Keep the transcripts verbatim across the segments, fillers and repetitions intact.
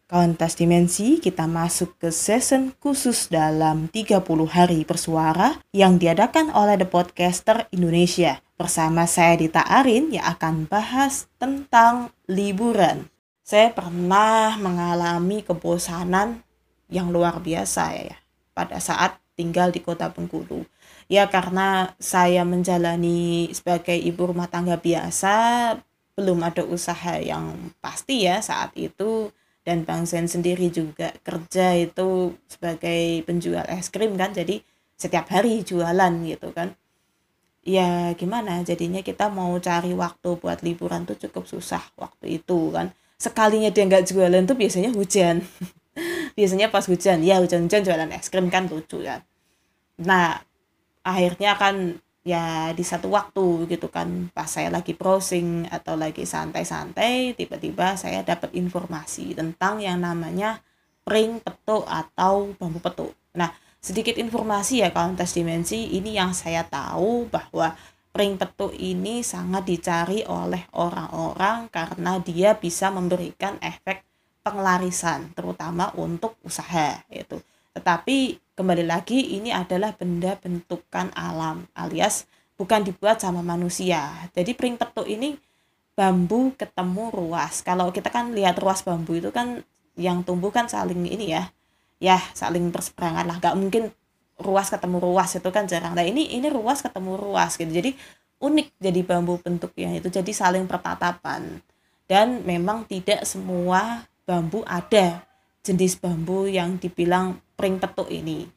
Kauntas Dimensi, kita masuk ke season khusus dalam tiga puluh hari bersuara yang diadakan oleh The Podcaster Indonesia. Bersama saya Dita Arin yang akan bahas tentang liburan. Saya pernah mengalami kebosanan yang luar biasa ya pada saat tinggal di Kota Bengkulu. Ya karena saya menjalani sebagai ibu rumah tangga biasa, belum ada usaha yang pasti ya saat itu. Dan Bang Zen sendiri juga kerja itu sebagai penjual es krim kan, jadi setiap hari jualan gitu kan. Ya gimana jadinya kita mau cari waktu buat liburan tuh cukup susah waktu itu kan. Sekalinya dia nggak jualan tuh biasanya hujan. Biasanya pas hujan, ya hujan-hujan jualan es krim kan lucu ya. Nah akhirnya kan ya di satu waktu gitu kan, pas saya lagi browsing atau lagi santai-santai, tiba-tiba saya dapat informasi tentang yang namanya pring petuk atau bambu petuk. Nah sedikit informasi ya Kauntas Dimensi, ini yang saya tahu bahwa pring petuk ini sangat dicari oleh orang-orang karena dia bisa memberikan efek penglarisan terutama untuk usaha itu. Tetapi kembali lagi ini adalah benda bentukan alam alias bukan dibuat sama manusia. Jadi pring petuk ini bambu ketemu ruas. Kalau kita kan lihat ruas bambu itu kan yang tumbuh kan saling ini ya. Ya, saling berseberangan lah. Gak mungkin ruas ketemu ruas, itu kan jarang. Nah, ini ini ruas ketemu ruas gitu. Jadi unik jadi bambu bentuknya itu, jadi saling bertatapan. Dan memang tidak semua bambu ada jenis bambu yang dibilang pring petuk ini.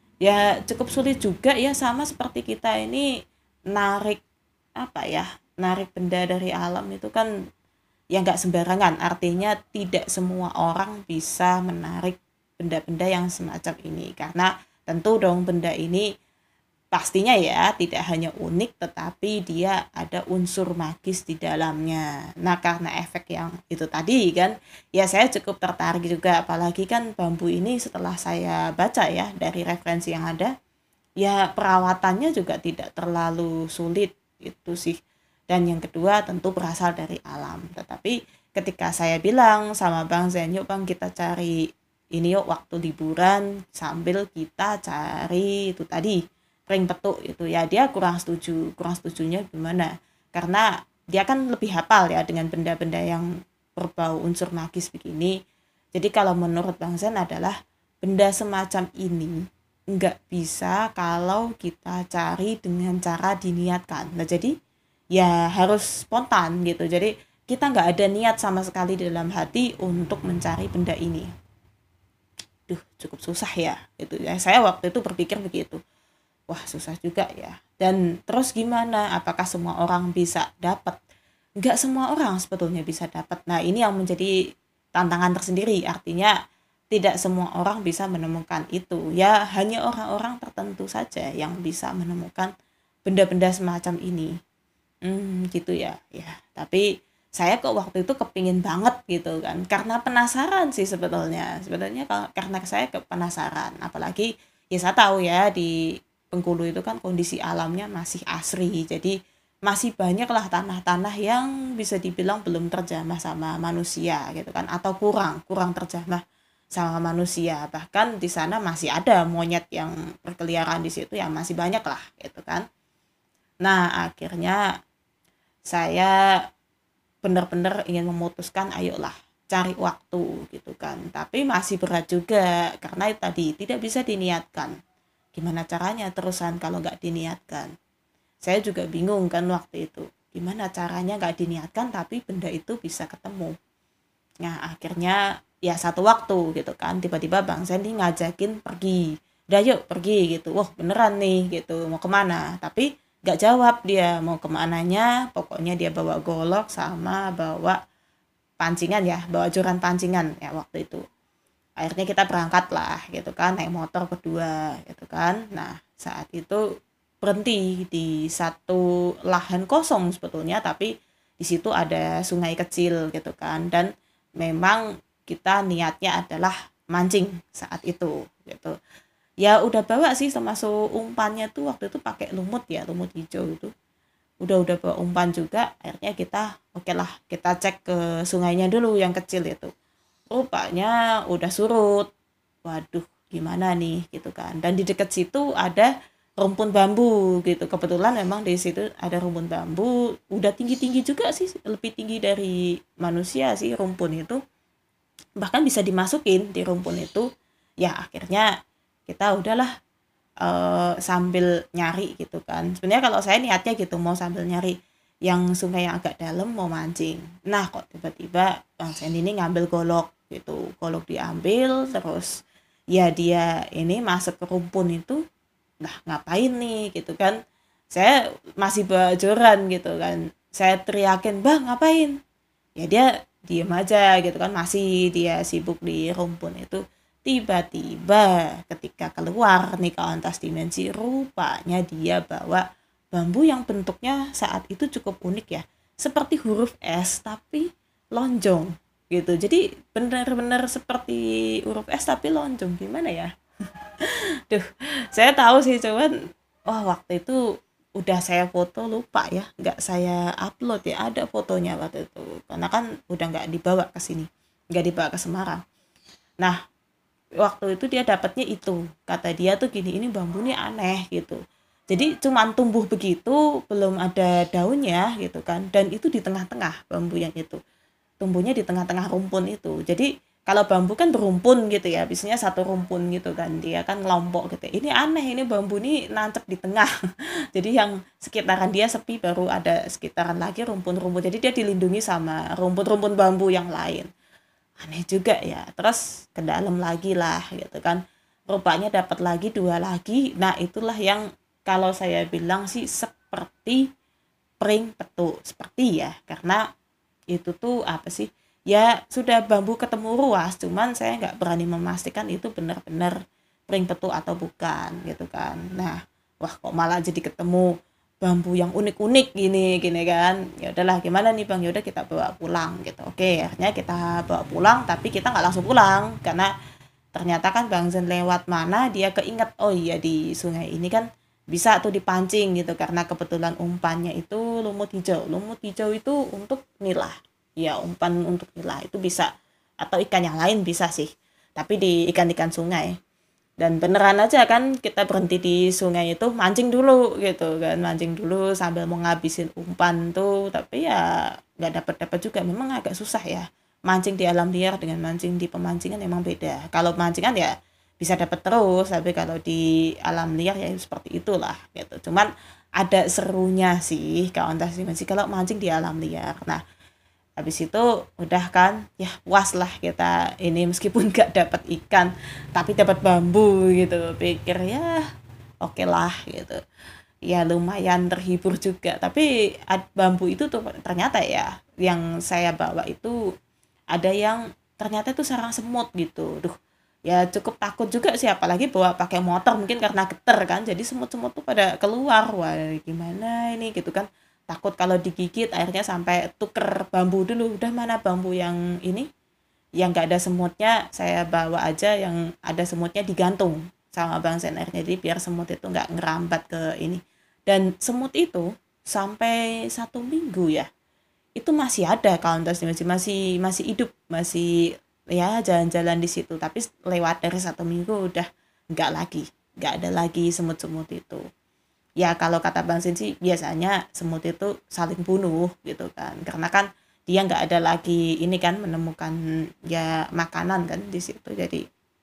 Ya cukup sulit juga ya, sama seperti kita ini narik apa ya, narik benda dari alam itu kan ya nggak sembarangan. Artinya tidak semua orang bisa menarik benda-benda yang semacam ini, karena tentu dong benda ini pastinya ya tidak hanya unik tetapi dia ada unsur magis di dalamnya. Nah karena efek yang itu tadi kan, ya saya cukup tertarik juga, apalagi kan bambu ini setelah saya baca ya dari referensi yang ada, ya perawatannya juga tidak terlalu sulit itu sih. Dan yang kedua tentu berasal dari alam. Tetapi ketika saya bilang sama Bang Zen, yuk Bang kita cari ini yuk waktu liburan sambil kita cari itu tadi pring petuk itu, ya dia kurang setuju. Kurang setujunya gimana? Karena dia kan lebih hafal ya dengan benda-benda yang berbau unsur magis begini. Jadi kalau menurut Bang Zen adalah benda semacam ini nggak bisa kalau kita cari dengan cara diniatkan. Nah jadi ya harus spontan gitu. Jadi kita nggak ada niat sama sekali di dalam hati untuk mencari benda ini. Duh cukup susah ya gitu ya. Saya waktu itu berpikir begitu. Wah susah juga ya. Dan terus gimana? Apakah semua orang bisa dapat? Nggak semua orang sebetulnya bisa dapat. Nah ini yang menjadi tantangan tersendiri. Artinya tidak semua orang bisa menemukan itu. Ya hanya orang-orang tertentu saja yang bisa menemukan benda-benda semacam ini. Hmm gitu ya. Ya tapi saya kok waktu itu kepingin banget gitu kan. Karena penasaran sih sebetulnya. Sebetulnya karena saya penasaran. Apalagi ya saya tahu ya di Bengkulu itu kan kondisi alamnya masih asri, jadi masih banyak lah tanah-tanah yang bisa dibilang belum terjamah sama manusia gitu kan, atau kurang kurang terjamah sama manusia. Bahkan di sana masih ada monyet yang berkeliaran di situ, ya masih banyak lah gitu kan. Nah akhirnya saya benar-benar ingin memutuskan ayolah cari waktu gitu kan, tapi masih berat juga karena tadi tidak bisa diniatkan. Gimana caranya terusan kalau nggak diniatkan? Saya juga bingung kan waktu itu. Gimana caranya nggak diniatkan tapi benda itu bisa ketemu? Nah akhirnya ya satu waktu gitu kan, tiba-tiba Bang Sandy ngajakin pergi. Udah yuk pergi gitu. Wah beneran nih gitu, mau kemana? Tapi nggak jawab dia mau kemananya. Pokoknya dia bawa golok sama bawa pancingan ya, bawa joran pancingan ya waktu itu. Akhirnya kita berangkat lah gitu kan, naik motor berdua gitu kan. Nah saat itu berhenti di satu lahan kosong sebetulnya, tapi di situ ada sungai kecil gitu kan, dan memang kita niatnya adalah mancing saat itu gitu. Ya udah bawa sih termasuk umpannya tuh waktu itu pakai lumut ya, lumut hijau itu. Udah udah bawa umpan juga. Akhirnya kita oke okay lah kita cek ke sungainya dulu yang kecil itu. rupanya udah surut. Waduh, gimana nih gitu kan. Dan di dekat situ ada rumpun bambu gitu. Kebetulan memang di situ ada rumpun bambu, udah tinggi-tinggi juga sih, lebih tinggi dari manusia sih rumpun itu. Bahkan bisa dimasukin di rumpun itu. Ya akhirnya kita udahlah eh, sambil nyari gitu kan. Sebenarnya kalau saya niatnya gitu mau sambil nyari yang sungai yang agak dalam mau mancing. Nah kok tiba-tiba Bang Sen ini ngambil golok gitu. Golok diambil terus ya dia ini masuk ke rumpun itu. Nah ngapain nih gitu kan. Saya masih bajoran gitu kan. Saya teriakin, "Bang, ngapain?" Ya dia diem aja gitu kan, masih dia sibuk di rumpun itu. Tiba-tiba ketika keluar nih ke atas dimensi, rupanya dia bawa bambu yang bentuknya saat itu cukup unik ya, seperti huruf S tapi lonjong gitu. Jadi benar-benar seperti huruf S tapi lonjong, gimana ya. Duh, saya tahu sih cuman wah waktu itu udah saya foto lupa ya, nggak saya upload ya, ada fotonya waktu itu karena kan udah nggak dibawa ke sini, nggak dibawa ke Semarang. Nah waktu itu dia dapatnya itu, kata dia tuh gini, ini bambu nih aneh gitu, jadi cuman tumbuh begitu belum ada daunnya gitu kan, dan itu di tengah-tengah bambu yang itu tumbuhnya di tengah-tengah rumpun itu. Jadi kalau bambu kan berumpun gitu ya, biasanya satu rumpun gitu kan, dia kan ngelompok gitu. Ini aneh, ini bambu ini nancep di tengah. Jadi yang sekitaran dia sepi, baru ada sekitaran lagi rumpun-rumpun. Jadi dia dilindungi sama rumpun-rumpun bambu yang lain. Aneh juga ya. Terus ke dalam lagi lah gitu kan. Rupanya dapat lagi dua lagi. Nah itulah yang kalau saya bilang sih seperti pring petu, seperti ya, karena itu tuh apa sih, ya sudah bambu ketemu ruas, cuman saya nggak berani memastikan itu benar-benar pring petu atau bukan gitu kan. Nah wah kok malah jadi ketemu bambu yang unik-unik gini gini kan. Ya udahlah, gimana nih Bang, ya udah kita bawa pulang gitu. Oke akhirnya kita bawa pulang, tapi kita nggak langsung pulang karena ternyata kan Bang Zen lewat mana dia keinget, oh iya di sungai ini kan bisa tuh dipancing gitu, karena kebetulan umpannya itu lumut hijau. Lumut hijau itu untuk nila. Ya, umpan untuk nila itu bisa, atau ikan yang lain bisa sih. Tapi di ikan-ikan sungai. Dan beneran aja kan kita berhenti di sungai itu mancing dulu gitu kan. Mancing dulu sambil mau ngabisin umpan tuh, tapi ya nggak dapat-dapat juga. Memang agak susah ya. Mancing di alam liar dengan mancing di pemancingan memang beda. Kalau mancingan ya bisa dapat terus, tapi kalau di alam liar ya seperti itulah gitu. Cuman ada serunya sih kalau antas dimensi kalau mancing di alam liar. Nah habis itu udah kan ya puas lah kita ini, meskipun gak dapat ikan tapi dapat bambu gitu, pikir ya oke okay lah gitu, ya lumayan terhibur juga. Tapi bambu itu tuh ternyata ya yang saya bawa itu ada yang ternyata itu sarang semut gitu. Duh ya cukup takut juga sih, apalagi bawa pakai motor, mungkin karena geter kan, jadi semut-semut tuh pada keluar. Wah gimana ini gitu kan, takut kalau digigit, akhirnya sampai tuker bambu dulu. Udah mana bambu yang ini yang gak ada semutnya, saya bawa aja yang ada semutnya, digantung sama Bang Sen akhirnya, jadi biar semut itu gak ngerambat ke ini. Dan semut itu sampai satu minggu ya itu masih ada kauntas, masih masih masih hidup, masih ya jalan-jalan di situ. Tapi lewat dari satu minggu udah nggak lagi, nggak ada lagi semut-semut itu. Ya kalau kata Bang Sin sih biasanya semut itu saling bunuh gitu kan, karena kan dia nggak ada lagi ini kan menemukan ya makanan kan di situ, jadi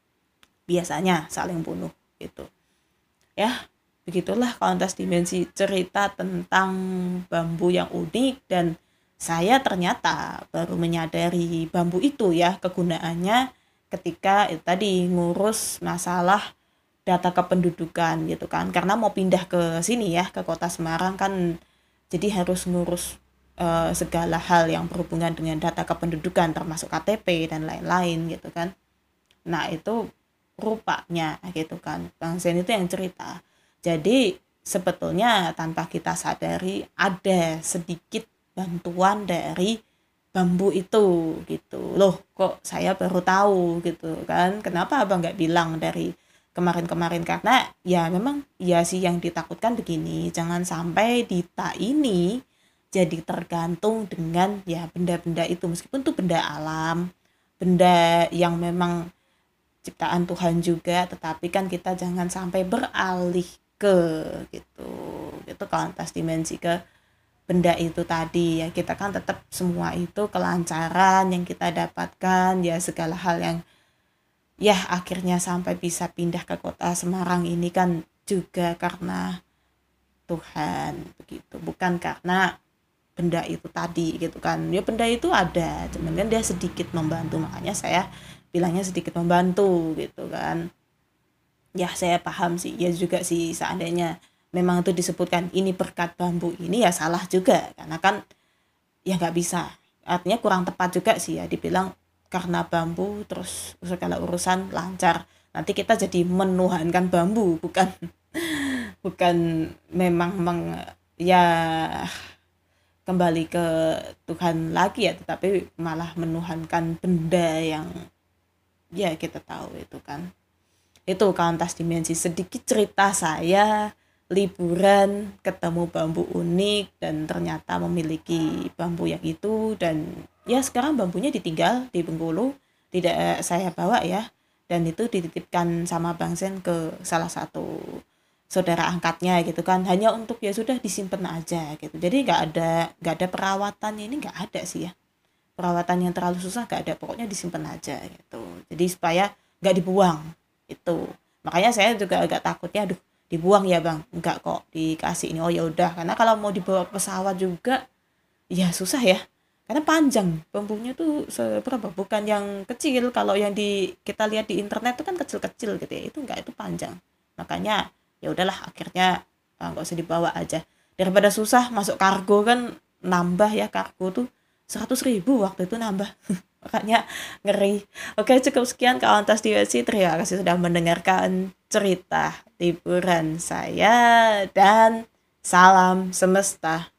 biasanya saling bunuh gitu ya. Begitulah kontes dimensi cerita tentang bambu yang unik, dan saya ternyata baru menyadari bambu itu ya kegunaannya ketika itu tadi ngurus masalah data kependudukan gitu kan, karena mau pindah ke sini ya ke kota Semarang kan, jadi harus ngurus uh, segala hal yang berhubungan dengan data kependudukan termasuk K T P dan lain-lain gitu kan. Nah itu rupanya gitu kan Bang Zen itu yang cerita. Jadi sebetulnya tanpa kita sadari ada sedikit bantuan dari bambu itu gitu loh. Kok saya baru tahu gitu kan, kenapa abang nggak bilang dari kemarin-kemarin, karena ya memang ya sih yang ditakutkan begini, jangan sampai Dita ini jadi tergantung dengan ya benda-benda itu, meskipun tuh benda alam, benda yang memang ciptaan Tuhan juga, tetapi kan kita jangan sampai beralih ke gitu itu kontas dimensi ke benda itu tadi ya. Kita kan tetap semua itu kelancaran yang kita dapatkan ya, segala hal yang ya akhirnya sampai bisa pindah ke kota Semarang ini kan juga karena Tuhan begitu, bukan karena benda itu tadi gitu kan. Ya benda itu ada, cuman kan dia sedikit membantu, makanya saya bilangnya sedikit membantu gitu kan. Ya saya paham sih ya juga sih, seandainya memang itu disebutkan ini berkat bambu ini ya salah juga, karena kan ya nggak bisa, artinya kurang tepat juga sih ya dibilang karena bambu terus segala urusan lancar. Nanti kita jadi menuhankan bambu, bukan bukan memang meng, ya kembali ke Tuhan lagi ya, tetapi malah menuhankan benda yang ya kita tahu itu kan. Itu kantas dimensi, sedikit cerita saya liburan ketemu bambu unik dan ternyata memiliki bambu yang itu, dan ya sekarang bambunya ditinggal di Bengkulu, tidak saya bawa ya, dan itu dititipkan sama Bang Sen ke salah satu saudara angkatnya gitu kan, hanya untuk ya sudah disimpan aja gitu. Jadi nggak ada nggak ada perawatannya, ini nggak ada sih ya, perawatan yang terlalu susah nggak ada, pokoknya disimpan aja gitu. Jadi supaya nggak dibuang itu. Makanya saya juga agak takutnya, aduh dibuang ya bang, enggak kok, dikasih ini. Oh ya udah, karena kalau mau dibawa pesawat juga ya susah ya, karena panjang bambunya tuh seberapa, bukan yang kecil. Kalau yang di kita lihat di internet tuh kan kecil-kecil gitu ya, itu enggak, itu panjang. Makanya ya udahlah, akhirnya enggak usah dibawa aja, daripada susah masuk kargo kan, nambah ya kargo tuh seratus ribu waktu itu nambah. Makanya ngeri. Oke, cukup sekian kawan Tas Dimensi. Terima kasih sudah mendengarkan cerita liburan saya, dan salam semesta.